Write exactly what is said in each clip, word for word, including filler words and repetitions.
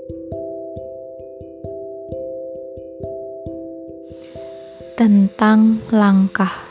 Tentang langkah,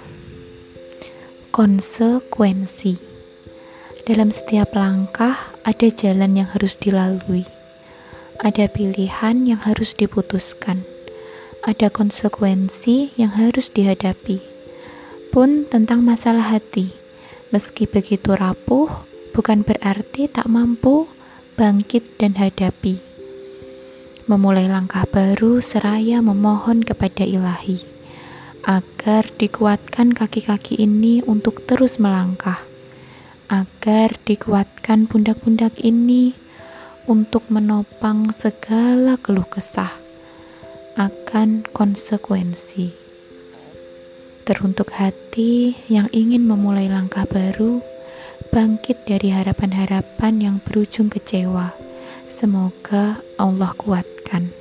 konsekuensi. Dalam setiap langkah ada jalan yang harus dilalui, ada pilihan yang harus diputuskan, ada konsekuensi yang harus dihadapi. Pun tentang masalah hati, meski begitu rapuh, bukan berarti tak mampu bangkit dan hadapi. Memulai langkah baru seraya memohon kepada Ilahi agar dikuatkan kaki-kaki ini untuk terus melangkah, agar dikuatkan pundak-pundak ini untuk menopang segala keluh kesah akan konsekuensi. Teruntuk hati yang ingin memulai langkah baru, bangkit dari harapan-harapan yang berujung kecewa, semoga Allah kuatkan.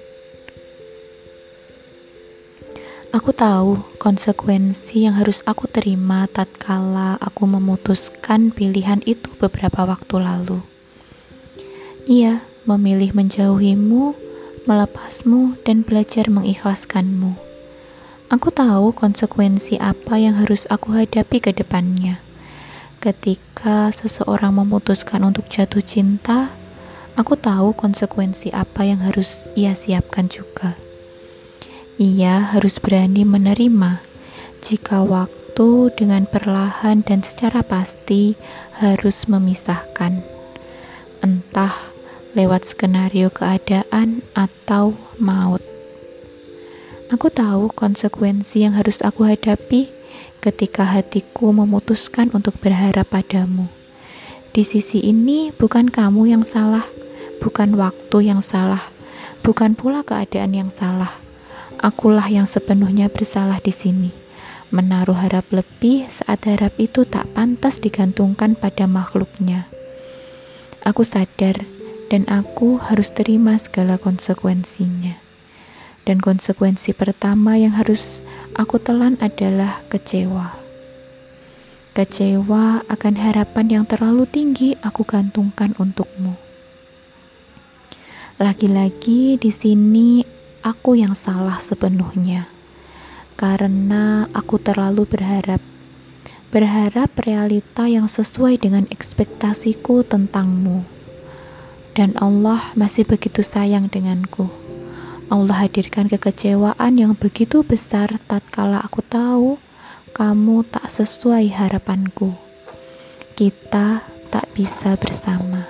Aku tahu konsekuensi yang harus aku terima tatkala aku memutuskan pilihan itu beberapa waktu lalu. Iya, memilih menjauhimu, melepasmu, dan belajar mengikhlaskanmu. Aku tahu konsekuensi apa yang harus aku hadapi ke depannya. Ketika seseorang memutuskan untuk jatuh cinta, aku tahu konsekuensi apa yang harus ia siapkan juga. Ia harus berani menerima jika waktu dengan perlahan dan secara pasti harus memisahkan, entah lewat skenario keadaan atau maut. Aku tahu konsekuensi yang harus aku hadapi ketika hatiku memutuskan untuk berharap padamu. Di sisi ini bukan kamu yang salah, bukan waktu yang salah, bukan pula keadaan yang salah. Akulah yang sepenuhnya bersalah di sini, menaruh harap lebih saat harap itu tak pantas digantungkan pada makhluknya. Aku sadar dan aku harus terima segala konsekuensinya. Dan konsekuensi pertama yang harus aku telan adalah kecewa. Kecewa akan harapan yang terlalu tinggi aku gantungkan untukmu. Lagi-lagi di sini aku yang salah sepenuhnya, karena aku terlalu berharap, berharap realita yang sesuai dengan ekspektasiku tentangmu. Dan Allah masih begitu sayang denganku. Allah hadirkan kekecewaan yang begitu besar tatkala aku tahu kamu tak sesuai harapanku. Kita tak bisa bersama.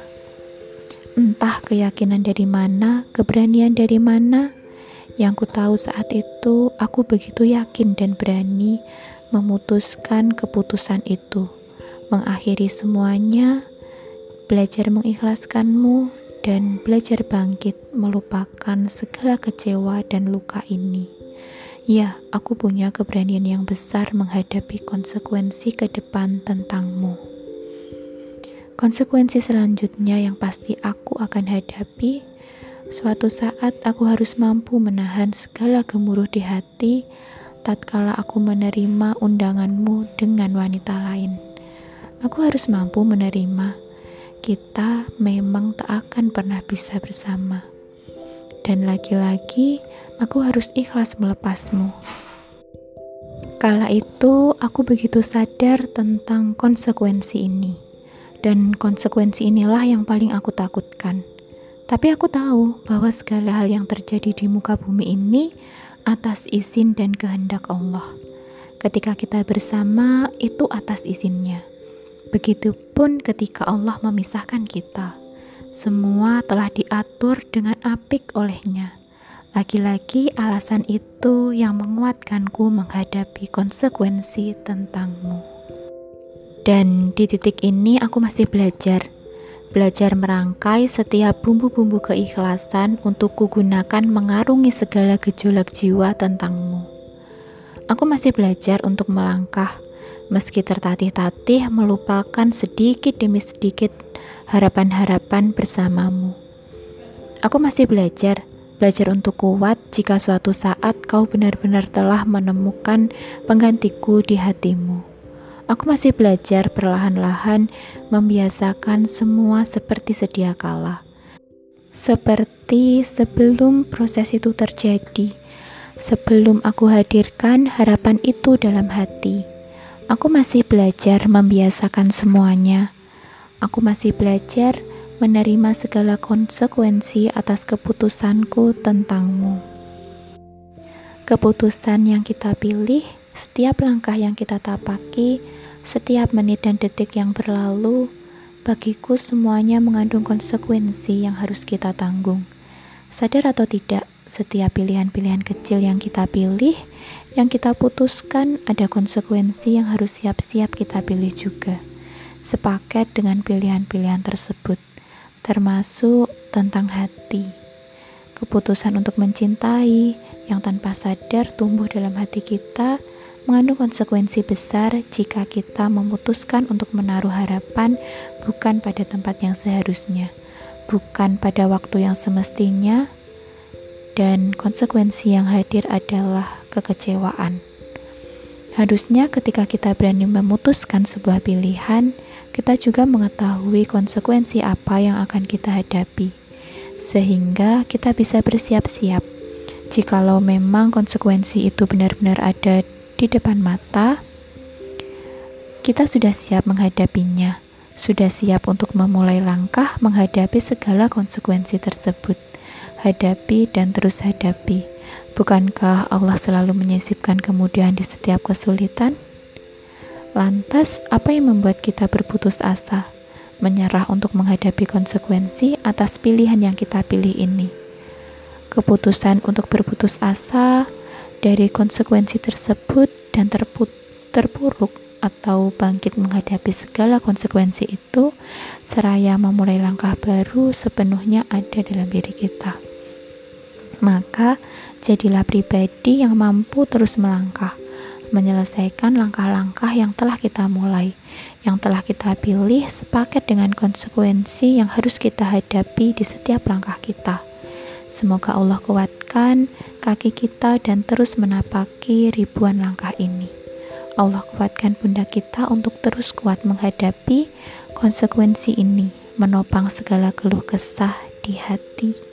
Entah keyakinan dari mana, keberanian dari mana, yang ku tahu saat itu aku begitu yakin dan berani memutuskan keputusan itu, mengakhiri semuanya, belajar mengikhlaskanmu, dan belajar bangkit melupakan segala kecewa dan luka ini. Ya, aku punya keberanian yang besar menghadapi konsekuensi ke depan tentangmu. Konsekuensi selanjutnya yang pasti aku akan hadapi, suatu saat aku harus mampu menahan segala gemuruh di hati tatkala aku menerima undanganmu dengan wanita lain. Aku harus mampu menerima kita memang tak akan pernah bisa bersama. Dan lagi-lagi aku harus ikhlas melepasmu. Kala itu aku begitu sadar tentang konsekuensi ini. Dan konsekuensi inilah yang paling aku takutkan. Tapi aku tahu bahwa segala hal yang terjadi di muka bumi ini atas izin dan kehendak Allah. Ketika kita bersama, itu atas izinnya. Begitupun ketika Allah memisahkan kita. Semua telah diatur dengan apik olehnya. Lagi-lagi alasan itu yang menguatkanku menghadapi konsekuensi tentangmu. Dan di titik ini aku masih belajar. Belajar merangkai setiap bumbu-bumbu keikhlasan untuk kugunakan mengarungi segala gejolak jiwa tentangmu. Aku masih belajar untuk melangkah, meski tertatih-tatih melupakan sedikit demi sedikit harapan-harapan bersamamu. Aku masih belajar, belajar untuk kuat jika suatu saat kau benar-benar telah menemukan penggantiku di hatimu. Aku masih belajar perlahan-lahan membiasakan semua seperti sedia kala. Seperti sebelum proses itu terjadi, sebelum aku hadirkan harapan itu dalam hati, aku masih belajar membiasakan semuanya. Aku masih belajar menerima segala konsekuensi atas keputusanku tentangmu. Keputusan yang kita pilih, setiap langkah yang kita tapaki, setiap menit dan detik yang berlalu, bagiku semuanya mengandung konsekuensi yang harus kita tanggung. Sadar atau tidak, setiap pilihan-pilihan kecil yang kita pilih, yang kita putuskan, ada konsekuensi yang harus siap-siap kita pilih juga. Sepaket dengan pilihan-pilihan tersebut, termasuk tentang hati. Keputusan untuk mencintai yang tanpa sadar tumbuh dalam hati kita, mengandung konsekuensi besar jika kita memutuskan untuk menaruh harapan bukan pada tempat yang seharusnya, bukan pada waktu yang semestinya, dan konsekuensi yang hadir adalah kekecewaan. Harusnya ketika kita berani memutuskan sebuah pilihan, kita juga mengetahui konsekuensi apa yang akan kita hadapi, sehingga kita bisa bersiap-siap. Jikalau memang konsekuensi itu benar-benar ada di depan mata, kita sudah siap menghadapinya, sudah siap untuk memulai langkah menghadapi segala konsekuensi tersebut. Hadapi dan terus hadapi. Bukankah Allah selalu menyisipkan kemudahan di setiap kesulitan? Lantas, apa yang membuat kita berputus asa, menyerah untuk menghadapi konsekuensi atas pilihan yang kita pilih ini? Keputusan untuk berputus asa dari konsekuensi tersebut dan terput, terpuruk atau bangkit menghadapi segala konsekuensi itu, seraya memulai langkah baru sepenuhnya ada dalam diri kita. Maka, jadilah pribadi yang mampu terus melangkah, menyelesaikan langkah-langkah yang telah kita mulai, yang telah kita pilih sepaket dengan konsekuensi yang harus kita hadapi di setiap langkah kita. Semoga Allah kuatkan kaki kita dan terus menapaki ribuan langkah ini. Allah kuatkan pundak kita untuk terus kuat menghadapi konsekuensi ini, menopang segala keluh kesah di hati.